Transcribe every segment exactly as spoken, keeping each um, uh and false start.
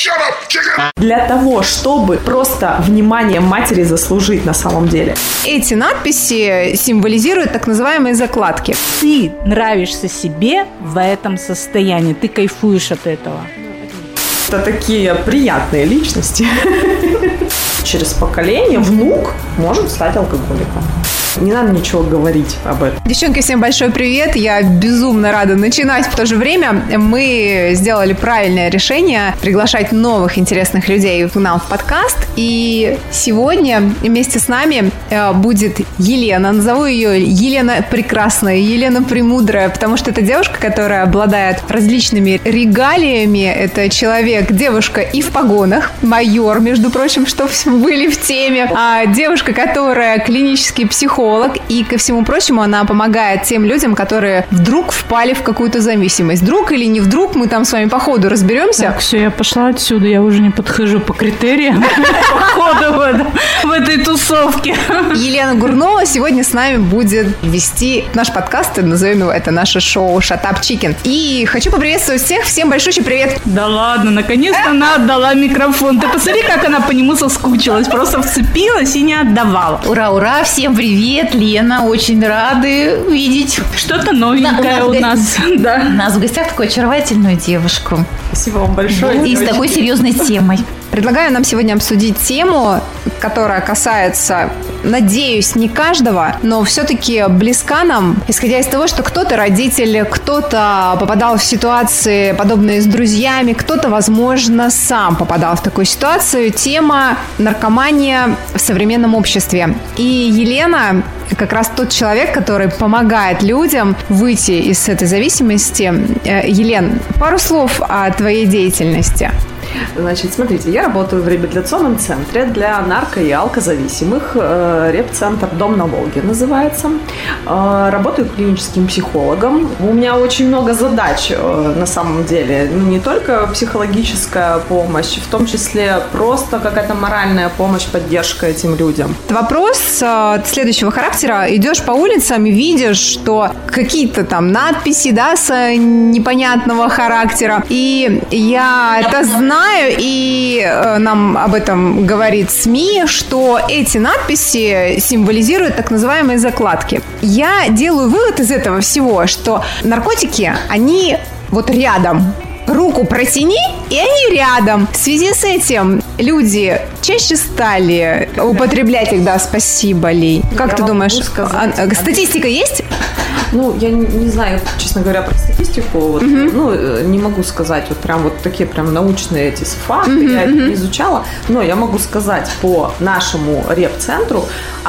Для того, чтобы просто внимание матери заслужить на самом деле. Эти надписи символизируют так называемые закладки. Ты нравишься себе в этом состоянии, ты кайфуешь от этого. Это такие приятные личности. Через поколение внук может стать алкоголиком. Не надо ничего говорить об этом. Девчонки, всем большой привет. Я безумно рада начинать. В то же время мы сделали правильное решение приглашать новых интересных людей к нам в подкаст. И сегодня вместе с нами будет Елена. Назову ее Елена Прекрасная, Елена Премудрая, потому что это девушка, которая обладает различными регалиями. Это человек, девушка и в погонах, майор, между прочим, что были в теме. А девушка, которая клинический психолог. И, ко всему прочему, она помогает тем людям, которые вдруг впали в какую-то зависимость. Вдруг или не вдруг, мы там с вами по ходу разберемся. Так, все, я пошла отсюда, я уже не подхожу по критериям по ходу в этой тусовке. Елена Гурнова сегодня с нами будет вести наш подкаст, назовем его, это наше шоу «Shut Up Chicken». И хочу поприветствовать всех, всем большущий привет. Да ладно, наконец-то она отдала микрофон. Ты посмотри, как она по нему соскучилась, просто вцепилась и не отдавала. Ура, ура, всем привет. Привет, Лена, очень рады видеть. Что-то новенькое на, у, у нас. Да. У нас в гостях такую очаровательную девушку. Спасибо вам большое. И с такой серьезной темой. Предлагаю нам сегодня обсудить тему, которая касается, надеюсь, не каждого, но все-таки близка нам, исходя из того, что кто-то родитель, кто-то попадал в ситуации, подобные с друзьями, кто-то, возможно, сам попадал в такую ситуацию. Тема наркомания в современном обществе. И Елена как раз тот человек, который помогает людям выйти из этой зависимости. Елен, пару слов о твоей деятельности. Значит, смотрите, я работаю в реабилитационном центре для нарко- и алкозависимых. Реп-центр «Дом на Волге» называется. Работаю клиническим психологом. У меня очень много задач на самом деле. Ну, не только психологическая помощь, в том числе просто какая-то моральная помощь, поддержка этим людям. Вопрос следующего характера. Идешь по улицам и видишь, что какие-то там надписи, да, с непонятного характера. И я это знаю, и э, нам об этом говорит СМИ, что эти надписи символизируют так называемые закладки. Я делаю вывод из этого всего, что наркотики, они вот рядом. Руку протяни, и они рядом. В связи с этим люди чаще стали употреблять их. Да, спасибо, Ли. Как я ты думаешь, сказать, а, статистика есть? Ну, я не, не знаю, честно говоря, про статистику. Вот, uh-huh. Ну, не могу сказать вот прям вот такие прям научные эти факты. Uh-huh, я uh-huh. не изучала. Но я могу сказать по нашему реп-центру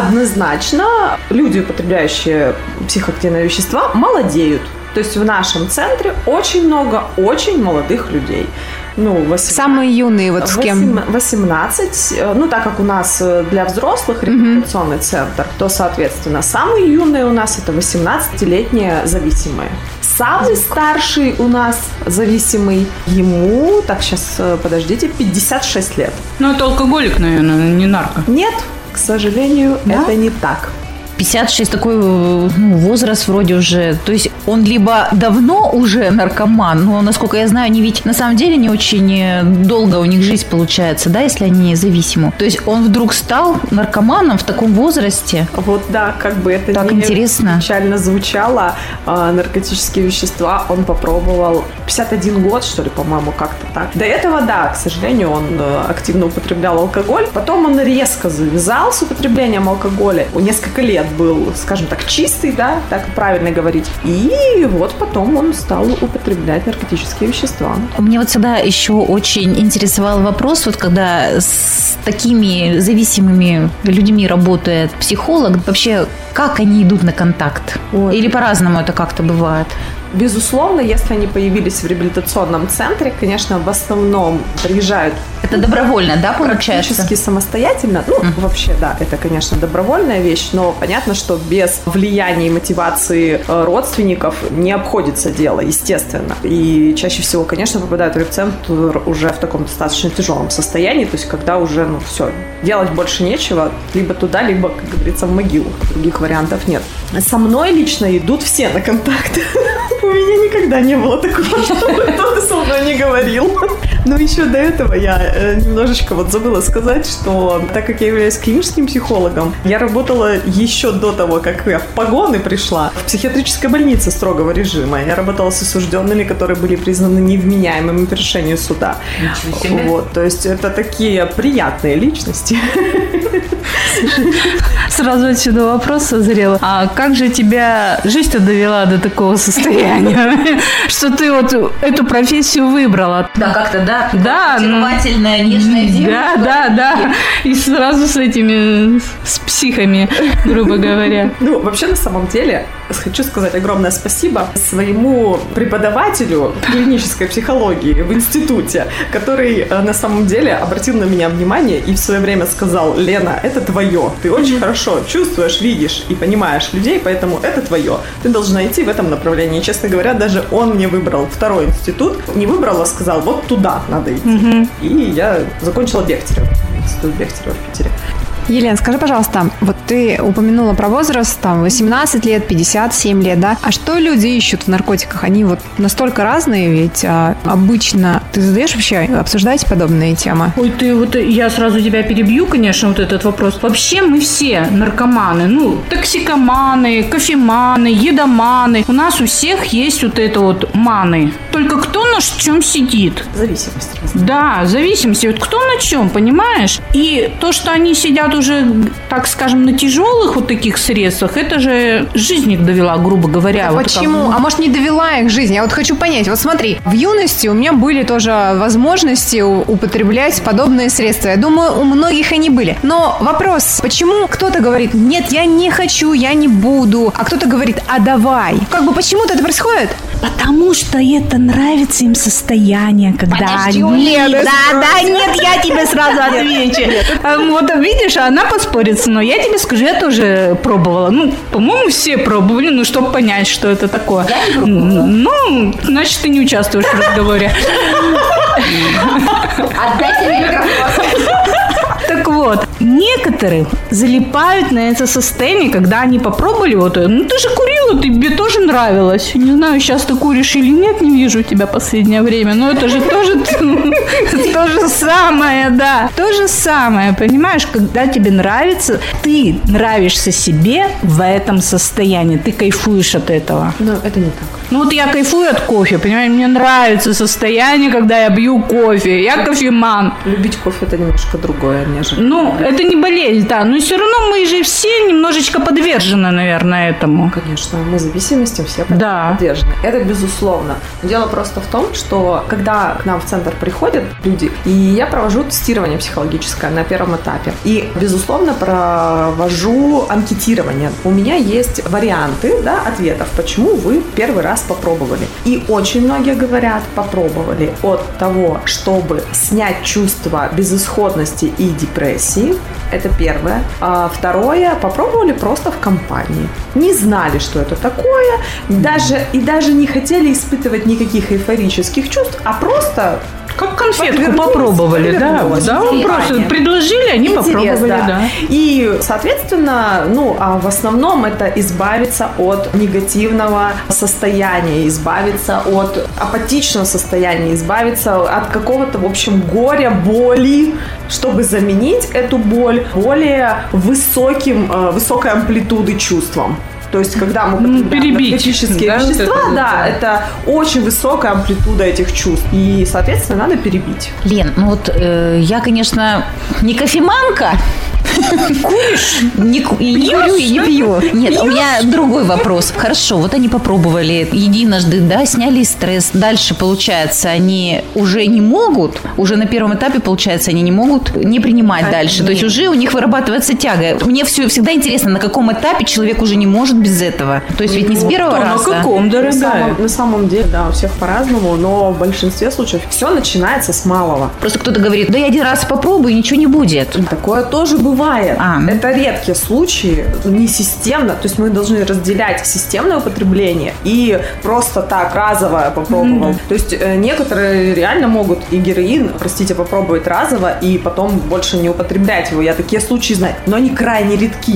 однозначно люди, употребляющие психоактивные вещества, молодеют. То есть в нашем центре очень много очень молодых людей. Ну, восемнадцать, самые юные вот с кем? восемнадцать. Ну, так как у нас для взрослых реабилитационный mm-hmm. центр, то, соответственно, самые юные у нас это восемнадцатилетние зависимые. Самый старший у нас зависимый, ему, так, сейчас, подождите, пятьдесят шесть лет. Ну, это алкоголик, наверное, не нарко. Нет, к сожалению, да? Это не так. пятьдесят шесть такой, ну, возраст вроде уже. То есть он либо давно уже наркоман, но, насколько я знаю, они ведь на самом деле не очень долго у них жизнь получается, да, если они зависимы. То есть он вдруг стал наркоманом в таком возрасте. Вот да, как бы это так не интересно. Печально звучало. А, наркотические вещества он попробовал пятьдесят один год, что ли, по-моему, как-то так. До этого, да, к сожалению, он активно употреблял алкоголь. Потом он резко завязал с употреблением алкоголя. Несколько лет был, скажем так, чистый, да, так правильно говорить. И вот потом он стал употреблять наркотические вещества. Мне вот всегда еще очень интересовал вопрос, вот когда с такими зависимыми людьми работает психолог, вообще как они идут на контакт? Ой. Или по-разному это как-то бывает? Безусловно, если они появились в реабилитационном центре, конечно, в основном приезжают. Это добровольно, да, получается? Практически самостоятельно. Ну, mm. вообще, да, это, конечно, добровольная вещь, но понятно, что без влияния и мотивации родственников не обходится дело, естественно. И чаще всего, конечно, попадают в реп-центр уже в таком достаточно тяжелом состоянии, то есть когда уже, ну, все, делать больше нечего, либо туда, либо, как говорится, в могилу. Других вариантов нет. Со мной лично идут все на контакт. у меня никогда не было такого, чтобы кто-то со мной не говорил. Но еще до этого я немножечко вот забыла сказать, что так как я являюсь клиническим психологом, я работала еще до того, как я в погоны пришла, в психиатрической больнице строгого режима. Я работала с осужденными, которые были признаны невменяемыми по решению суда. Ничего себе. Вот, то есть это такие приятные личности. Сразу отсюда вопрос созрел. А как же тебя жизнь-то довела до такого состояния, что ты вот эту профессию выбрала? Да, как-то, да? Да. Очаровательная, нежная девушка. Да, да, да. И сразу с этими, с психами, грубо говоря. Ну, вообще, на самом деле, хочу сказать огромное спасибо своему преподавателю клинической психологии в институте, который на самом деле обратил на меня внимание и в свое время сказал: Лена, это твое. Ты очень хорошо чувствуешь, видишь и понимаешь людей, поэтому это твое. Ты должна идти в этом направлении. И, честно говоря, даже он мне выбрал второй институт. Не выбрал, а сказал: вот туда надо идти. Угу. И я закончила Бехтерева. Институт Бехтерева в Питере. Елена, скажи, пожалуйста, вот ты упомянула про возраст, там, восемнадцать лет, пятьдесят семь лет, да? А что люди ищут в наркотиках? Они вот настолько разные, ведь а, обычно... Ты задаешь вообще, обсуждаете подобные темы? Ой, ты вот, я сразу тебя перебью, конечно, вот этот вопрос. Вообще мы все наркоманы, ну, токсикоманы, кофеманы, едоманы. У нас у всех есть вот это вот маны. Только кто на чем сидит? Зависимость. Да, зависимость. Вот кто на чем, понимаешь? И то, что они сидят уже, так скажем, на тяжелых вот таких средствах, это же жизнь их довела, грубо говоря. А вот почему? как... А может, не довела их жизнь? Я вот хочу понять. Вот смотри, в юности у меня были тоже возможности употреблять подобные средства. Я думаю, у многих они были. Но вопрос, почему кто-то говорит: нет, я не хочу, я не буду, а кто-то говорит: а давай. Как бы почему-то это происходит? Потому что это нравится им состояние, когда Подожди, они... Лена, да, да, нет, я тебе сразу отвечу. Вот видишь, она поспорит со мной. Я тебе скажу, я тоже пробовала. Ну, по-моему, все пробовали, ну, чтобы понять, что это такое. Ну, значит, ты не участвуешь в разговоре. Отдайте мне микрофон. Так вот, некоторые залипают на это состояние, когда они попробовали вот это. Ну, ты же курила, тебе тоже нравилось. Не знаю, сейчас ты куришь или нет, не вижу тебя последнее время. Но это же тоже то же самое, да. То же самое, понимаешь? Когда тебе нравится, ты нравишься себе в этом состоянии. Ты кайфуешь от этого. Но это не так. Ну, вот я кайфую от кофе, понимаешь? Мне нравится состояние, когда я пью кофе. Я кофеман. Любить кофе – это немножко другое, нежели... Ну, это не болезнь, да. Но все равно мы же все немножечко подвержены, наверное, этому. Конечно, мы зависимости все да. подвержены. Это безусловно. Дело просто в том, что когда к нам в центр приходят люди, и я провожу тестирование психологическое на первом этапе, и, безусловно, провожу анкетирование. У меня есть варианты, да, ответов, почему вы первый раз попробовали. И очень многие говорят, попробовали от того, чтобы снять чувство безысходности и депрессии. Это первое. А второе, попробовали просто в компании. Не знали, что это такое, даже, и даже не хотели испытывать никаких эйфорических чувств, а просто... Как конфетку попробовали, да, да, просто предложили, они Интерес, попробовали, да. да. И, соответственно, ну, а в основном это избавиться от негативного состояния, избавиться от апатичного состояния, избавиться от какого-то, в общем, горя, боли, чтобы заменить эту боль более высоким, высокой амплитуды чувством. То есть, когда мы употребляем наркотические да, вещества, вот это, да, это очень высокая амплитуда этих чувств. И, соответственно, надо перебить. Лен, ну вот э, я, конечно, не кофеманка. Куришь? Не, и не курю, и не пью. Нет, Пьешь? У меня другой вопрос. Хорошо, вот они попробовали единожды, да, сняли стресс. Дальше, получается, они уже не могут, уже на первом этапе, получается, они не могут не принимать а, дальше. Нет. То есть уже у них вырабатывается тяга. Мне все, всегда интересно, на каком этапе человек уже не может без этого. То есть ведь не с первого ну, раза. На каком, дорогая? На самом, на самом деле, да, у всех по-разному, но в большинстве случаев все начинается с малого. Просто кто-то говорит: да я один раз попробую, ничего не будет. Такое тоже бывает. А. Это редкие случаи, не системно. То есть мы должны разделять системное употребление и просто так разовое попробовал. Mm-hmm. То есть э, некоторые реально могут и героин, простите, попробовать разово и потом больше не употреблять его. Я такие случаи знаю, но они крайне редки.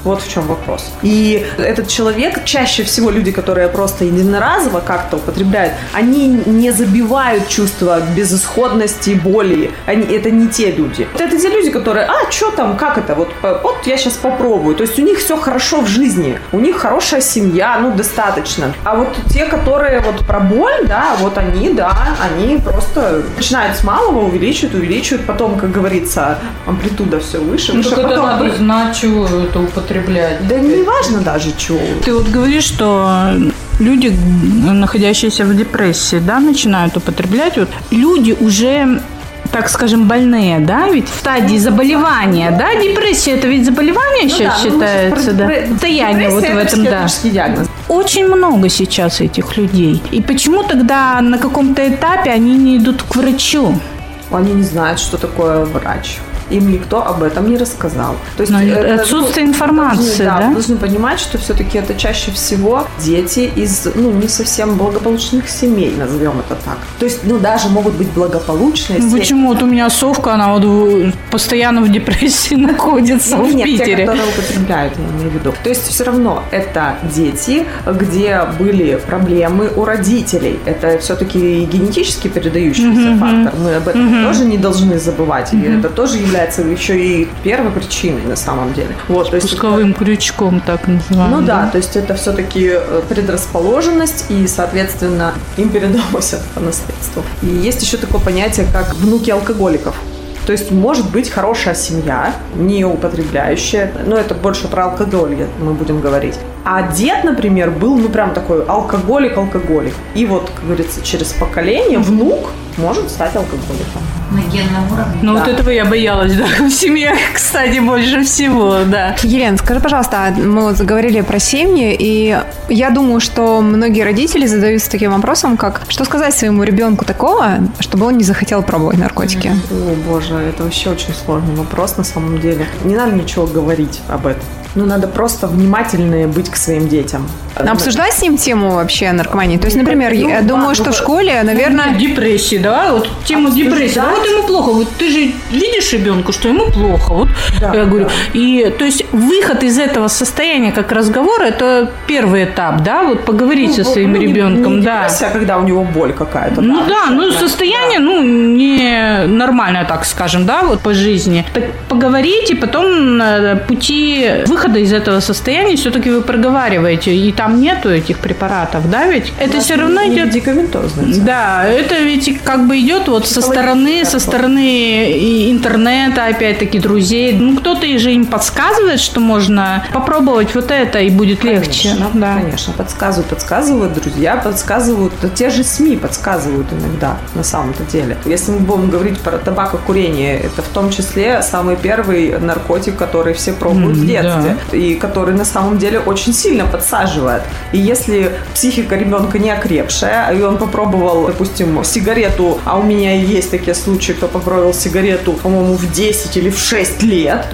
Вот в чем вопрос. И этот человек, чаще всего люди, которые просто единоразово как-то употребляют, они не забивают чувство безысходности, боли. Они, это не те люди. Это те люди, которые, а, что там, как это, вот, вот я сейчас попробую. То есть у них все хорошо в жизни, у них хорошая семья, ну, достаточно. А вот те, которые вот про боль, да, вот они, да, они просто начинают с малого, увеличивают, увеличивают, потом, как говорится, амплитуда все выше. Ну, выше, это потом... надо знать, чего это употреблять. Да не важно даже, чего. Ты вот говоришь, что люди, находящиеся в депрессии, да, начинают употреблять. Вот люди уже, так скажем, больные, да, ведь в стадии заболевания, да, депрессия это ведь заболевание ну, сейчас да, считается, да, состояние вот в этом, да. Диагноз. Очень много сейчас этих людей. И почему тогда на каком-то этапе они не идут к врачу? Они не знают, что такое врач. Им никто об этом не рассказал. То есть это, отсутствие информации, должны, да? да? Должны понимать, что все-таки это чаще всего дети из, ну, не совсем благополучных семей, назовем это так. То есть, ну, даже могут быть благополучные семьи. Почему? Вот у меня совка, она вот постоянно в депрессии находится нет, в нет, Питере. Те, которые употребляют, я имею в виду. То есть, все равно это дети, где были проблемы у родителей. Это все-таки генетически передающийся mm-hmm. фактор. Мы об этом mm-hmm. тоже не должны забывать. Mm-hmm. И это тоже является еще и первой причиной на самом деле. Вот, то есть пусковым это... крючком, так называемым. Ну да, да, то есть это все-таки предрасположенность, и, соответственно, им передалось это по наследству. И есть еще такое понятие, как внуки алкоголиков. То есть может быть хорошая семья, не употребляющая, но это больше про алкоголь мы будем говорить. А дед, например, был, ну, прям такой алкоголик-алкоголик. И вот, как говорится, через поколение внук может стать алкоголиком. На генном уровне. Ну, да. Вот этого я боялась, да, в семье, кстати, больше всего, да. Елена, скажи, пожалуйста, мы вот заговорили про семьи, и я думаю, что многие родители задаются таким вопросом, как, что сказать своему ребенку такого, чтобы он не захотел пробовать наркотики? О, боже, это вообще очень сложный вопрос на самом деле. Не надо ничего говорить об этом. Ну, надо просто внимательно быть к своим детям. Обсуждать с ним тему вообще наркомании? То есть, например, ну, я да, думаю, ну, что в школе, наверное... Ну, депрессии, да? Вот тему депрессии. Да, вот ему плохо. Вот ты же видишь ребенку, что ему плохо. Вот да, я говорю. Да. И, то есть, выход из этого состояния как разговора, это первый этап, да? Вот поговорить ну, со своим ну, ребенком, не, не да. депрессия, когда у него боль какая-то. Ну да, да ну состояние, да. ну, не нормальное, так скажем, да, вот по жизни. Так поговорить, и потом пути выхода из этого состояния все-таки вы проговариваете, и там нету этих препаратов, да, ведь это все равно идет медикаментозно. Да, это ведь как бы идет вот со стороны, со стороны интернета, опять-таки друзей. Ну кто-то же им подсказывает, что можно попробовать вот это и будет конечно, легче. Да. Конечно, подсказывают, подсказывают друзья, подсказывают, те же СМИ подсказывают иногда на самом-то деле. Если мы будем говорить про табакокурение, это в том числе самый первый наркотик, который все пробуют mm, в детстве. Да. И который на самом деле очень сильно подсаживает. И если психика ребенка не окрепшая, и он попробовал, допустим, сигарету, а у меня есть такие случаи, кто попробовал сигарету, по-моему, в десять или в шесть лет.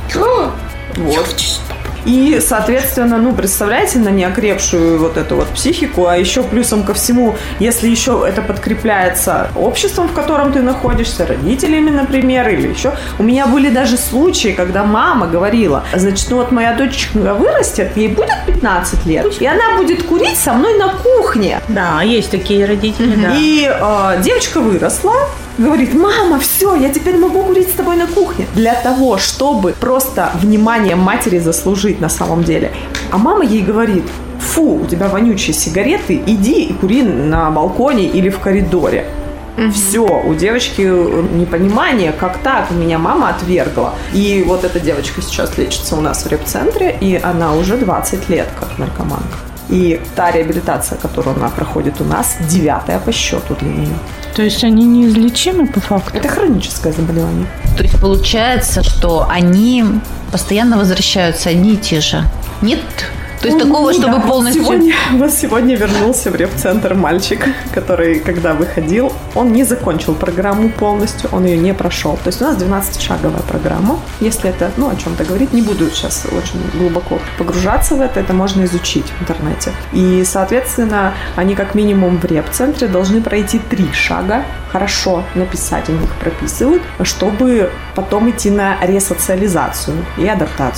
Вот. И, соответственно, ну, представляете, на неокрепшую вот эту вот психику, а еще плюсом ко всему, если еще это подкрепляется обществом, в котором ты находишься, родителями, например, или еще. У меня были даже случаи, когда мама говорила, значит, ну вот моя дочечка вырастет, ей будет пятнадцать лет, и она будет курить со мной на кухне. Да, есть такие родители, mm-hmm. да. И э, девочка выросла, говорит, мама, все, я теперь могу курить с тобой на кухне. Для того, чтобы просто внимание матери заслужить на самом деле. А мама ей говорит, фу, у тебя вонючие сигареты, иди и кури на балконе или в коридоре. Mm-hmm. Все, у девочки непонимание, как так, меня мама отвергла. И вот эта девочка сейчас лечится у нас в реп-центре, и она уже двадцать лет как наркоманка. И та реабилитация, которую она проходит у нас, девятая по счету для нее. То есть они неизлечимы по факту? Это хроническое заболевание. То есть получается, что они постоянно возвращаются одни и те же? Нет? То есть ну, такого, чтобы да, полностью... Сегодня, вот сегодня вернулся в реп-центр мальчик, который, когда выходил, он не закончил программу полностью, он ее не прошел. То есть у нас двенадцатишаговая программа. Если это, ну, о чем-то говорить, не буду сейчас очень глубоко погружаться в это, это можно изучить в интернете. И, соответственно, они как минимум в реп-центре должны пройти три шага, хорошо написать, они их прописывают, чтобы потом идти на ресоциализацию и адаптацию.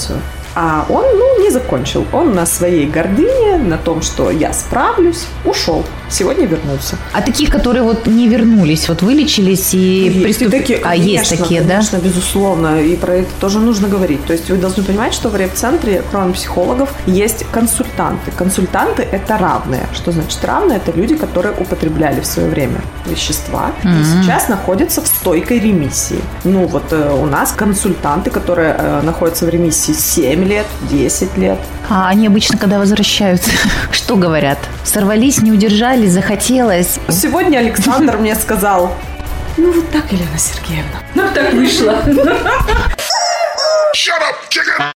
А он, ну, не закончил. Он на своей гордыне, на том, что я справлюсь, ушел. Сегодня вернулся. А таких, которые вот не вернулись, вот вылечились и есть приступ... такие, а конечно, есть такие, конечно, да? безусловно. И про это тоже нужно говорить. То есть вы должны понимать, что в реп-центре, кроме психологов, есть консультанты. Консультанты – это равные. Что значит равные? Это люди, которые употребляли в свое время вещества mm-hmm. и сейчас находятся в стойкой ремиссии. Ну вот э, у нас консультанты, которые э, находятся в ремиссии семь лет, десять лет. А они обычно, когда возвращаются, что говорят? Сорвались, не удержались, захотелось. Сегодня Александр мне сказал: ну вот так, Елена Сергеевна. Ну так вышло.